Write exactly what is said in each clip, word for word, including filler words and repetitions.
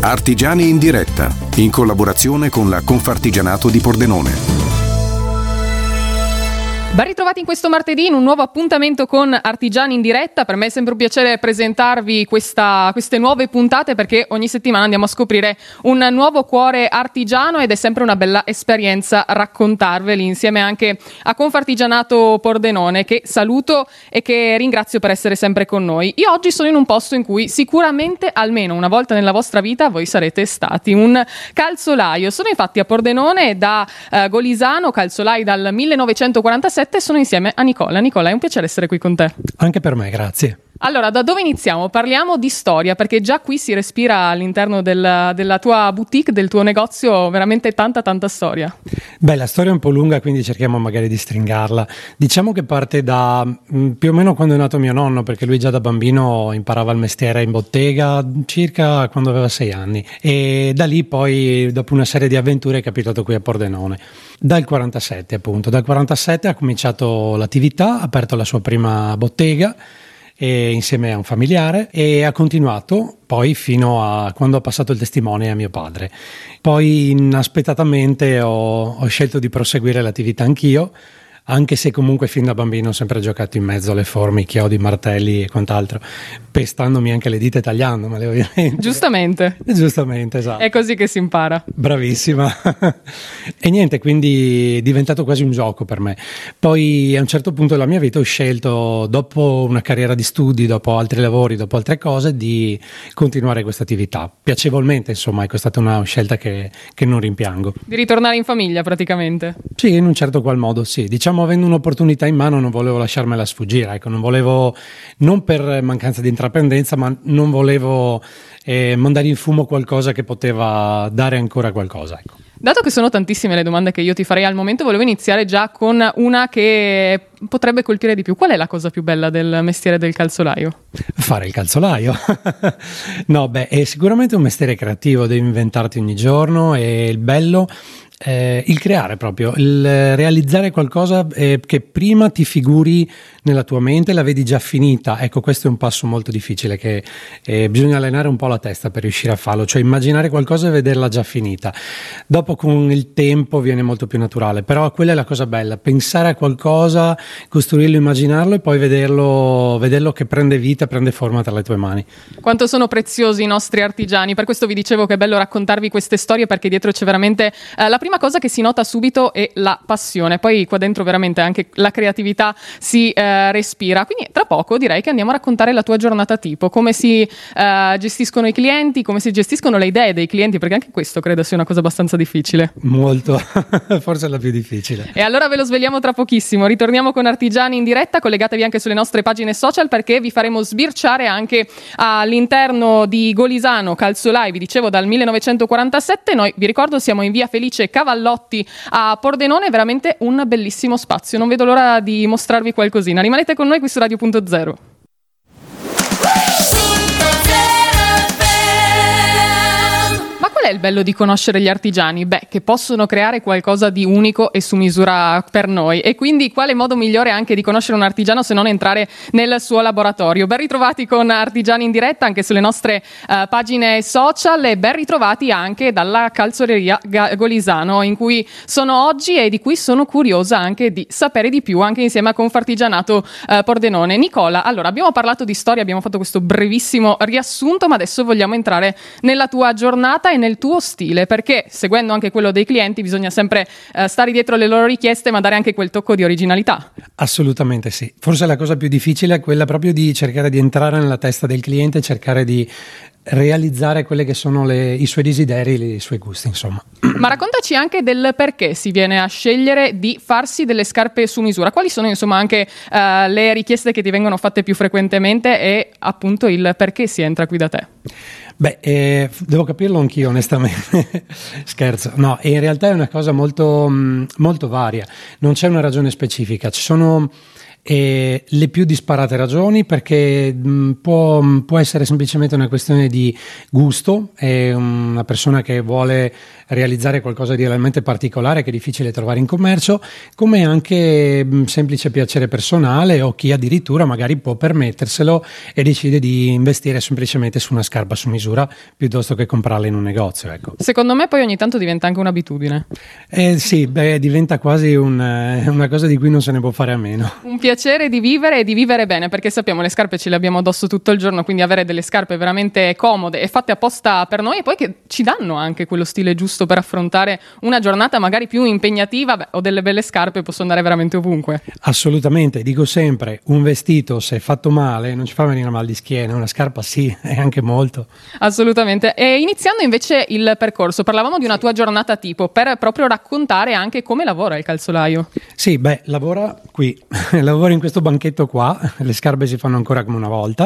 Artigiani in diretta, in collaborazione con la Confartigianato di Pordenone. Ben ritrovati in questo martedì in un nuovo appuntamento con Artigiani in diretta. Per me è sempre un piacere presentarvi questa, queste nuove puntate, perché ogni settimana andiamo a scoprire un nuovo cuore artigiano ed è sempre una bella esperienza raccontarveli insieme anche a Confartigianato Pordenone, che saluto e che ringrazio per essere sempre con noi. Io oggi sono in un posto in cui sicuramente almeno una volta nella vostra vita voi sarete stati, un calzolaio. Sono infatti a Pordenone da uh, Golisano, calzolai dal millenovecentoquarantasette. Sono insieme a Nicola. Nicola, è un piacere essere qui con te. Anche per me, grazie. Allora, da dove iniziamo? Parliamo di storia, perché già qui si respira all'interno del, della tua boutique, del tuo negozio, veramente tanta tanta storia. Beh, la storia è un po' lunga, quindi cerchiamo magari di stringarla. Diciamo che parte da mh, più o meno quando è nato mio nonno, perché lui già da bambino imparava il mestiere in bottega, circa quando aveva sei anni. E da lì poi, dopo una serie di avventure, è capitato qui a Pordenone. Dal quarantasette appunto, dal quarantasette ha cominciato l'attività, ha aperto la sua prima bottega e insieme a un familiare, e ha continuato poi fino a quando ha passato il testimone a mio padre. Poi inaspettatamente ho, ho scelto di proseguire l'attività anch'io, anche se comunque fin da bambino ho sempre giocato in mezzo alle forme, i chiodi, i martelli e quant'altro, pestandomi anche le dita e tagliandomele, ovviamente. Giustamente. Giustamente, esatto. È così che si impara. Bravissima. E niente, quindi è diventato quasi un gioco per me. Poi a un certo punto della mia vita ho scelto, dopo una carriera di studi, dopo altri lavori, dopo altre cose, di continuare questa attività. Piacevolmente, insomma, è stata una scelta che, che non rimpiango. Di ritornare in famiglia, praticamente. Sì, in un certo qual modo, sì. Diciamo, avendo un'opportunità in mano non volevo lasciarmela sfuggire, ecco, non volevo, non per mancanza di intraprendenza, ma non volevo eh, mandare in fumo qualcosa che poteva dare ancora qualcosa, ecco. Dato che sono tantissime le domande che io ti farei al momento, volevo iniziare già con una che potrebbe colpire di più. Qual è la cosa più bella del mestiere del calzolaio? Fare il calzolaio. No, beh, è sicuramente un mestiere creativo, devi inventarti ogni giorno, e il bello Eh, il creare proprio, il realizzare qualcosa eh, che prima ti figuri nella tua mente, la vedi già finita. Ecco, questo è un passo molto difficile, che eh, bisogna allenare un po' la testa per riuscire a farlo, cioè immaginare qualcosa e vederla già finita. Dopo con il tempo viene molto più naturale, però quella è la cosa bella, pensare a qualcosa, costruirlo, immaginarlo e poi vederlo, vederlo che prende vita, prende forma tra le tue mani. Quanto sono preziosi i nostri artigiani, per questo vi dicevo che è bello raccontarvi queste storie, perché dietro c'è veramente eh, la prima La prima cosa che si nota subito è la passione, poi qua dentro veramente anche la creatività si eh, respira. Quindi tra poco direi che andiamo a raccontare la tua giornata tipo, come si eh, gestiscono i clienti, come si gestiscono le idee dei clienti, perché anche questo credo sia una cosa abbastanza difficile. Molto, forse è la più difficile. E allora ve lo svegliamo tra pochissimo. Ritorniamo con Artigiani in diretta, collegatevi anche sulle nostre pagine social, perché vi faremo sbirciare anche all'interno di Golisano calzolai, vi dicevo dal millenovecentoquarantasette. Noi vi ricordo siamo in via Felice Cavallotti a Pordenone, veramente un bellissimo spazio, non vedo l'ora di mostrarvi qualcosina. Rimanete con noi qui su Radio Punto Zero. Ma qual è il bello di conoscere gli artigiani? Beh, che possono creare qualcosa di unico e su misura per noi, e quindi quale modo migliore anche di conoscere un artigiano se non entrare nel suo laboratorio. Ben ritrovati con Artigiani in diretta anche sulle nostre uh, pagine social, e ben ritrovati anche dalla calzoleria Golisano in cui sono oggi e di cui sono curiosa anche di sapere di più, anche insieme a Confartigianato uh, Pordenone. Nicola, allora abbiamo parlato di storia, abbiamo fatto questo brevissimo riassunto, ma adesso vogliamo entrare nella tua giornata e nel tuo stile, perché seguendo anche quello dei clienti bisogna sempre uh, stare dietro le loro richieste, ma dare anche quel tocco di originalità. Assolutamente sì, forse la cosa più difficile è quella proprio di cercare di entrare nella testa del cliente, cercare di realizzare quelle che sono le, i suoi desideri, i suoi gusti, insomma. Ma raccontaci anche del perché si viene a scegliere di farsi delle scarpe su misura. Quali sono insomma anche uh, le richieste che ti vengono fatte più frequentemente, e appunto il perché si entra qui da te? Beh, eh, devo capirlo anch'io onestamente. Scherzo, no, in realtà è una cosa molto, molto varia, non c'è una ragione specifica. Ci sono e le più disparate ragioni, perché mh, può, può essere semplicemente una questione di gusto, è una persona che vuole realizzare qualcosa di realmente particolare che è difficile trovare in commercio, come anche mh, semplice piacere personale, o chi addirittura magari può permetterselo e decide di investire semplicemente su una scarpa su misura piuttosto che comprarla in un negozio, ecco. Secondo me poi ogni tanto diventa anche un'abitudine. Eh, sì, beh, diventa quasi un, eh, una cosa di cui non se ne può fare a meno. Un piacere di vivere e di vivere bene, perché sappiamo le scarpe ce le abbiamo addosso tutto il giorno, quindi avere delle scarpe veramente comode e fatte apposta per noi, e poi che ci danno anche quello stile giusto per affrontare una giornata magari più impegnativa, beh, ho delle belle scarpe, posso andare veramente ovunque. Assolutamente, dico sempre, un vestito se fatto male non ci fa venire mal di schiena, una scarpa sì, e anche molto. Assolutamente. E iniziando invece il percorso, parlavamo di una tua giornata tipo, per proprio raccontare anche come lavora il calzolaio. Sì, beh, lavora qui, lavora in questo banchetto qua, le scarpe si fanno ancora come una volta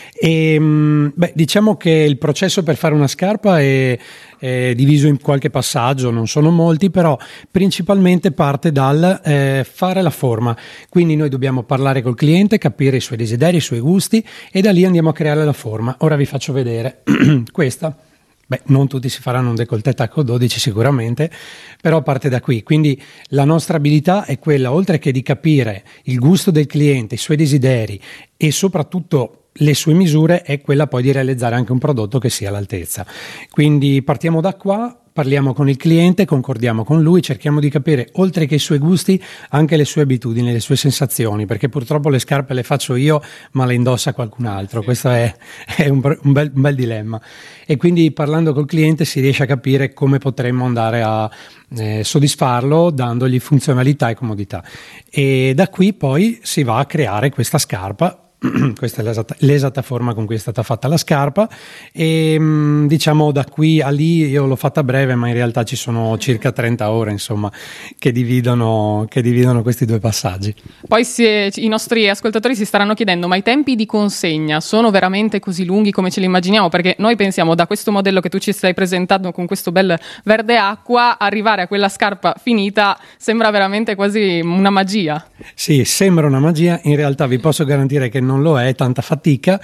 e beh, diciamo che il processo per fare una scarpa è, è diviso in qualche passaggio, non sono molti, però principalmente parte dal eh, fare la forma, quindi noi dobbiamo parlare col cliente, capire i suoi desideri, i suoi gusti e da lì andiamo a creare la forma. Ora vi faccio vedere questa. Beh, non tutti si faranno un décolleté tacco dodici sicuramente, però parte da qui. Quindi la nostra abilità è quella, oltre che di capire il gusto del cliente, i suoi desideri e soprattutto le sue misure, è quella poi di realizzare anche un prodotto che sia all'altezza. Quindi partiamo da qua, parliamo con il cliente, concordiamo con lui, cerchiamo di capire, oltre che i suoi gusti, anche le sue abitudini, le sue sensazioni, perché purtroppo le scarpe le faccio io, ma le indossa qualcun altro. Questo è, è un, un, bel, un bel dilemma. E quindi parlando col cliente si riesce a capire come potremmo andare a eh, soddisfarlo, dandogli funzionalità e comodità. E da qui poi si va a creare questa scarpa. Questa è l'esatta, l'esatta forma con cui è stata fatta la scarpa e diciamo da qui a lì io l'ho fatta breve, ma in realtà ci sono circa trenta ore insomma che dividono, che dividono questi due passaggi. Poi se, i nostri ascoltatori si staranno chiedendo, ma i tempi di consegna sono veramente così lunghi come ce li immaginiamo? Perché noi pensiamo, da questo modello che tu ci stai presentando con questo bel verde acqua, arrivare a quella scarpa finita sembra veramente quasi una magia. Sì, sembra una magia, in realtà vi posso garantire che non lo è, tanta fatica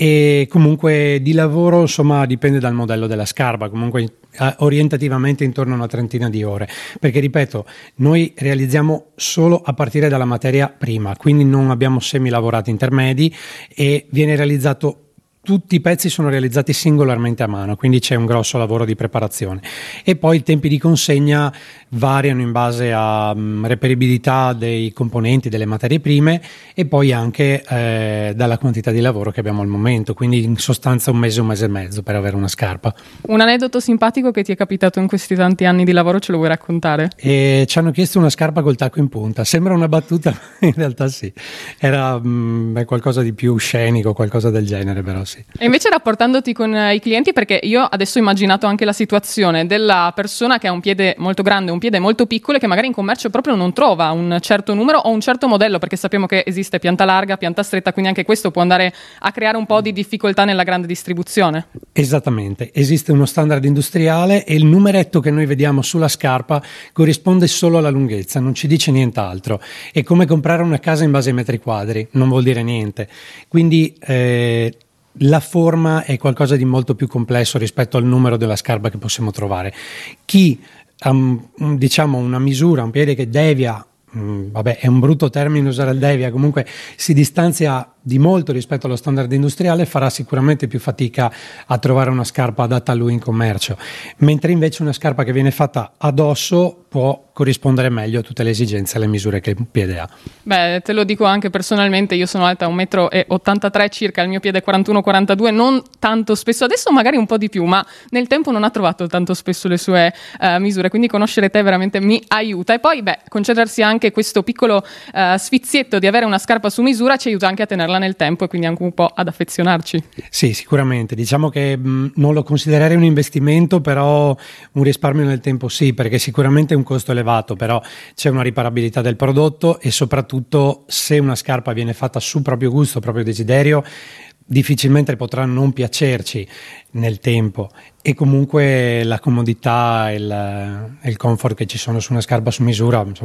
e comunque di lavoro insomma dipende dal modello della scarpa, comunque orientativamente intorno a una trentina di ore, perché ripeto, noi realizziamo solo a partire dalla materia prima, quindi non abbiamo semilavorati intermedi e viene realizzato, tutti i pezzi sono realizzati singolarmente a mano, quindi c'è un grosso lavoro di preparazione e poi i tempi di consegna variano in base a um, reperibilità dei componenti, delle materie prime e poi anche eh, dalla quantità di lavoro che abbiamo al momento, quindi in sostanza un mese, un mese e mezzo per avere una scarpa. Un aneddoto simpatico che ti è capitato in questi tanti anni di lavoro, ce lo vuoi raccontare? E ci hanno chiesto una scarpa col tacco in punta, sembra una battuta, in realtà sì, era um, qualcosa di più scenico, qualcosa del genere, però sì. E invece rapportandoti con i clienti, perché io adesso ho immaginato anche la situazione della persona che ha un piede molto grande, un piede molto piccolo e che magari in commercio proprio non trova un certo numero o un certo modello, perché sappiamo che esiste pianta larga, pianta stretta, quindi anche questo può andare a creare un po' di difficoltà nella grande distribuzione. Esattamente, esiste uno standard industriale e il numeretto che noi vediamo sulla scarpa corrisponde solo alla lunghezza, non ci dice nient'altro. È come comprare una casa in base ai metri quadri, non vuol dire niente. Quindi eh, la forma è qualcosa di molto più complesso rispetto al numero della scarpa che possiamo trovare. Chi ha um, diciamo una misura, un piede che devia, um, vabbè è un brutto termine usare il devia, comunque si distanzia di molto rispetto allo standard industriale, farà sicuramente più fatica a trovare una scarpa adatta a lui in commercio, mentre invece una scarpa che viene fatta addosso può corrispondere meglio a tutte le esigenze e alle misure che il piede ha. Beh, te lo dico anche personalmente, io sono alta un metro e ottantatré circa, il mio piede è quarantuno quarantadue, non tanto spesso, adesso magari un po' di più, ma nel tempo non ha trovato tanto spesso le sue uh, misure, quindi conoscere te veramente mi aiuta. E poi, beh, concedersi anche questo piccolo uh, sfizietto di avere una scarpa su misura ci aiuta anche a tenerla nel tempo e quindi anche un po' ad affezionarci. Sì, sicuramente, diciamo che mh, non lo considererei un investimento, però un risparmio nel tempo sì, perché sicuramente è un costo elevato, però c'è una riparabilità del prodotto e soprattutto se una scarpa viene fatta su proprio gusto, proprio desiderio, difficilmente potrà non piacerci nel tempo e comunque la comodità e il, e il comfort che ci sono su una scarpa su misura, insomma,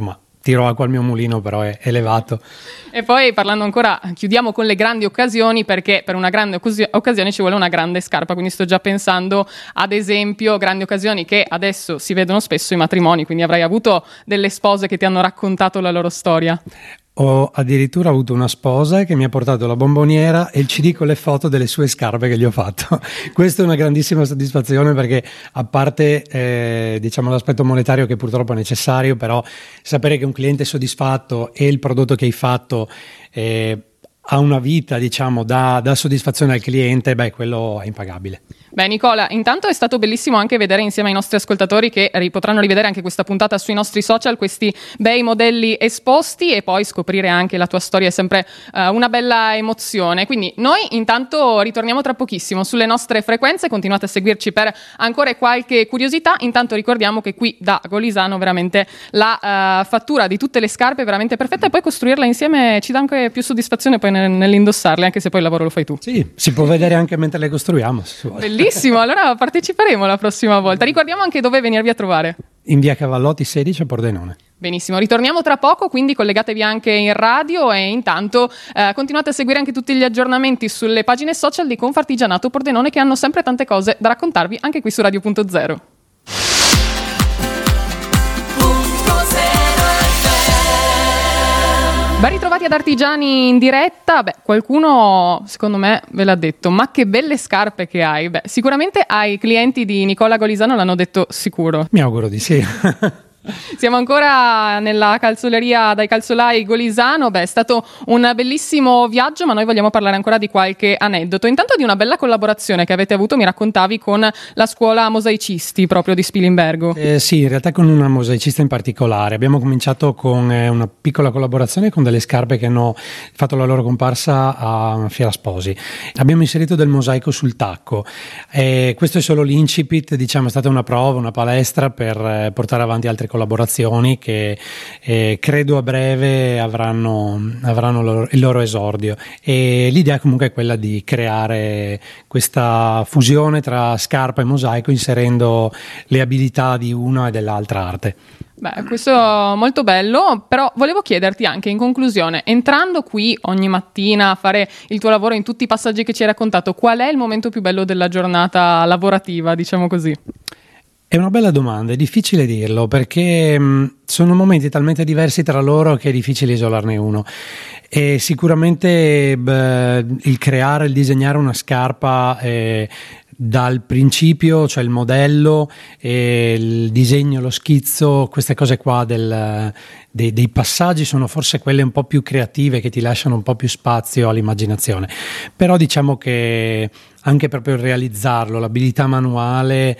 tiro acqua al mio mulino, però è elevato. E poi parlando ancora, chiudiamo con le grandi occasioni, perché per una grande occasi- occasione ci vuole una grande scarpa, quindi sto già pensando ad esempio grandi occasioni che adesso si vedono spesso i matrimoni, quindi avrai avuto delle spose che ti hanno raccontato la loro storia. Ho addirittura avuto una sposa che mi ha portato la bomboniera e il C D con le foto delle sue scarpe che gli ho fatto. Questa è una grandissima soddisfazione, perché a parte eh, diciamo l'aspetto monetario che purtroppo è necessario, però sapere che un cliente è soddisfatto e il prodotto che hai fatto eh, ha una vita, diciamo, dà, dà soddisfazione al cliente, beh, quello è impagabile. Beh, Nicola, intanto è stato bellissimo anche vedere insieme ai nostri ascoltatori, che potranno rivedere anche questa puntata sui nostri social, questi bei modelli esposti, e poi scoprire anche la tua storia è sempre uh, una bella emozione. Quindi noi intanto ritorniamo tra pochissimo sulle nostre frequenze, continuate a seguirci per ancora qualche curiosità. Intanto ricordiamo che qui da Golisano veramente la uh, fattura di tutte le scarpe è veramente perfetta, e poi costruirla insieme ci dà anche più soddisfazione poi nell'indossarle, anche se poi il lavoro lo fai tu. Sì, si può vedere anche mentre le costruiamo, se si vuole. Bellissimo, allora parteciperemo la prossima volta. Ricordiamo anche dove venirvi a trovare. In via Cavallotti sedici a Pordenone. Benissimo, ritorniamo tra poco, quindi collegatevi anche in radio, e intanto eh, continuate a seguire anche tutti gli aggiornamenti sulle pagine social di Confartigianato Pordenone, che hanno sempre tante cose da raccontarvi anche qui su Radio Punto Zero. Ben ritrovati ad Artigiani in diretta. Beh, qualcuno secondo me ve l'ha detto, ma che belle scarpe che hai. Beh, sicuramente ai clienti di Nicola Golisano l'hanno detto sicuro. Mi auguro di sì. Siamo ancora nella calzoleria dai calzolai Golisano. Beh, è stato un bellissimo viaggio, ma noi vogliamo parlare ancora di qualche aneddoto. Intanto di una bella collaborazione che avete avuto, mi raccontavi, con la scuola mosaicisti proprio di Spilimbergo. Eh, sì, in realtà con una mosaicista in particolare. Abbiamo cominciato con eh, una piccola collaborazione con delle scarpe che hanno fatto la loro comparsa a Fiera Sposi. Abbiamo inserito del mosaico sul tacco. Eh, questo è solo l'incipit, diciamo, è stata una prova, una palestra per eh, portare avanti altre collaborazioni che eh, credo a breve avranno, avranno loro, il loro esordio, e l'idea comunque è quella di creare questa fusione tra scarpa e mosaico, inserendo le abilità di una e dell'altra arte. Beh, questo è molto bello, però volevo chiederti anche in conclusione, entrando qui ogni mattina a fare il tuo lavoro in tutti i passaggi che ci hai raccontato, qual è il momento più bello della giornata lavorativa, diciamo così? È una bella domanda, è difficile dirlo, perché mh, sono momenti talmente diversi tra loro che è difficile isolarne uno. E sicuramente beh, il creare, il disegnare una scarpa eh, dal principio, cioè il modello, eh, il disegno, lo schizzo, queste cose qua del, dei, dei passaggi sono forse quelle un po' più creative, che ti lasciano un po' più spazio all'immaginazione. Però diciamo che anche proprio il realizzarlo, l'abilità manuale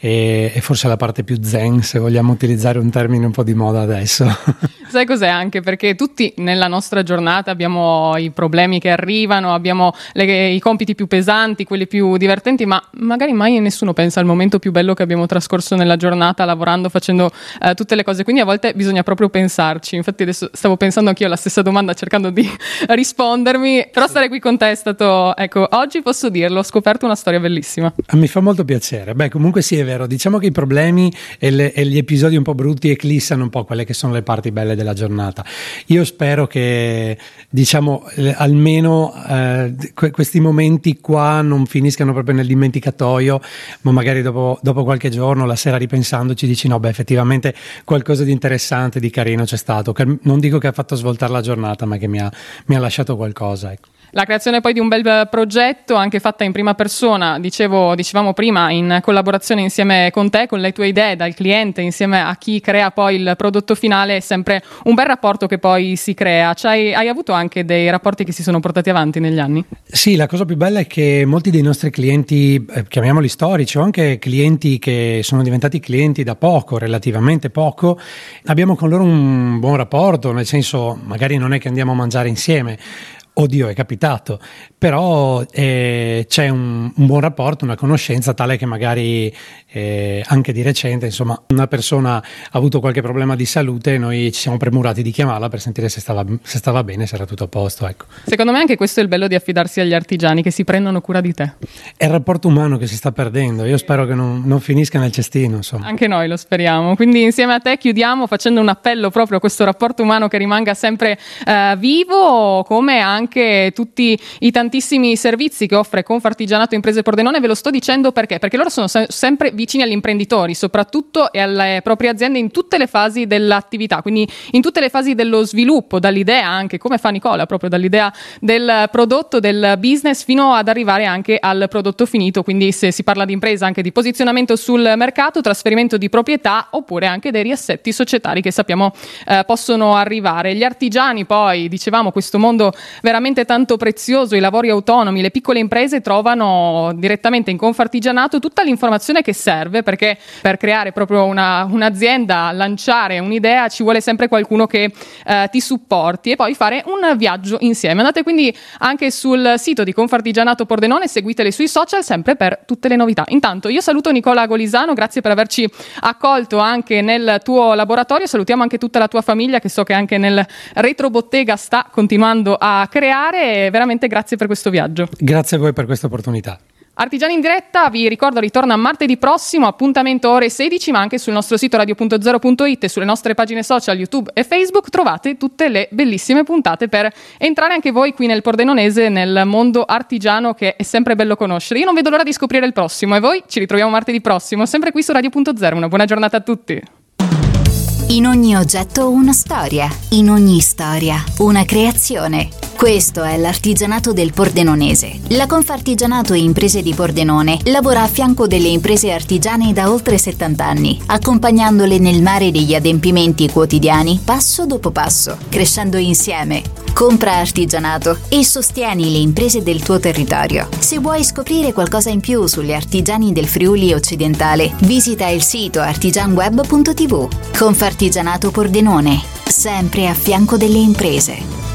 e forse la parte più zen, se vogliamo utilizzare un termine un po' di moda adesso. Sai cos'è? Anche perché tutti nella nostra giornata abbiamo i problemi che arrivano, abbiamo le, i compiti più pesanti, quelli più divertenti, ma magari mai nessuno pensa al momento più bello che abbiamo trascorso nella giornata lavorando, facendo eh, tutte le cose. Quindi a volte bisogna proprio pensarci. Infatti adesso stavo pensando anch'io alla stessa domanda, cercando di rispondermi, però stare qui con te è stato, ecco, oggi posso dirlo, ho scoperto una storia bellissima. Mi fa molto piacere. Beh, comunque sì, è vero, diciamo che i problemi e, le, e gli episodi un po' brutti eclissano un po' quelle che sono le parti belle della giornata. Io spero che, diciamo, eh, almeno eh, que- questi momenti qua non finiscano proprio nel dimenticatoio, ma magari dopo, dopo qualche giorno, la sera ripensandoci, dici no, beh, effettivamente qualcosa di interessante, di carino c'è stato, che non dico che ha fatto svoltare la giornata, ma che mi ha, mi ha lasciato qualcosa, ecco. La creazione poi di un bel progetto, anche fatta in prima persona, dicevo, dicevamo prima, in collaborazione insieme con te, con le tue idee, dal cliente insieme a chi crea poi il prodotto finale, è sempre un bel rapporto che poi si crea. C'hai, hai avuto anche dei rapporti che si sono portati avanti negli anni? Sì, la cosa più bella è che molti dei nostri clienti, eh, chiamiamoli storici, o anche clienti che sono diventati clienti da poco, relativamente poco, abbiamo con loro un buon rapporto, nel senso, magari non è che andiamo a mangiare insieme, Oddio, è capitato, però eh, c'è un, un buon rapporto, una conoscenza tale che magari eh, anche di recente, insomma, una persona ha avuto qualche problema di salute e noi ci siamo premurati di chiamarla per sentire se stava, se stava bene, se era tutto a posto, ecco. Secondo me anche questo è il bello di affidarsi agli artigiani, che si prendono cura di te. È il rapporto umano che si sta perdendo, io spero che non, non finisca nel cestino, insomma. Anche noi lo speriamo, quindi insieme a te chiudiamo facendo un appello proprio a questo rapporto umano che rimanga sempre eh, vivo, come anche tutti i tantissimi servizi che offre Confartigianato Imprese Pordenone. Ve lo sto dicendo perché? Perché loro sono se- sempre vicini agli imprenditori, soprattutto e alle proprie aziende in tutte le fasi dell'attività, quindi in tutte le fasi dello sviluppo, dall'idea anche, come fa Nicola, proprio dall'idea del prodotto, del business, fino ad arrivare anche al prodotto finito, quindi se si parla di impresa anche di posizionamento sul mercato, trasferimento di proprietà, oppure anche dei riassetti societari che sappiamo eh, possono arrivare. Gli artigiani poi, dicevamo, questo mondo veramente tanto prezioso, i lavori autonomi, le piccole imprese trovano direttamente in Confartigianato tutta l'informazione che serve, perché per creare proprio una, un'azienda, lanciare un'idea, ci vuole sempre qualcuno che eh, ti supporti, e poi fare un viaggio insieme. Andate quindi anche sul sito di Confartigianato Pordenone, seguitele sui social sempre per tutte le novità. Intanto io saluto Nicola Golisano, grazie per averci accolto anche nel tuo laboratorio, salutiamo anche tutta la tua famiglia che so che anche nel retrobottega sta continuando a creare, veramente grazie per questo viaggio. Grazie a voi per questa opportunità. Artigiani in diretta, vi ricordo, ritorna martedì prossimo, appuntamento ore sedici, ma anche sul nostro sito radio punto zero punto it e sulle nostre pagine social YouTube e Facebook trovate tutte le bellissime puntate per entrare anche voi qui nel pordenonese, nel mondo artigiano che è sempre bello conoscere. Io non vedo l'ora di scoprire il prossimo, e voi ci ritroviamo martedì prossimo, sempre qui su Radio punto zero. Una buona giornata a tutti. In ogni oggetto una storia, in ogni storia una creazione. Questo è l'artigianato del Pordenonese. La Confartigianato Imprese di Pordenone lavora a fianco delle imprese artigiane da oltre settanta anni, accompagnandole nel mare degli adempimenti quotidiani, passo dopo passo, crescendo insieme. Compra artigianato e sostieni le imprese del tuo territorio. Se vuoi scoprire qualcosa in più sugli artigiani del Friuli occidentale, visita il sito artigianweb punto tv. Confartigianato Pordenone, sempre a fianco delle imprese.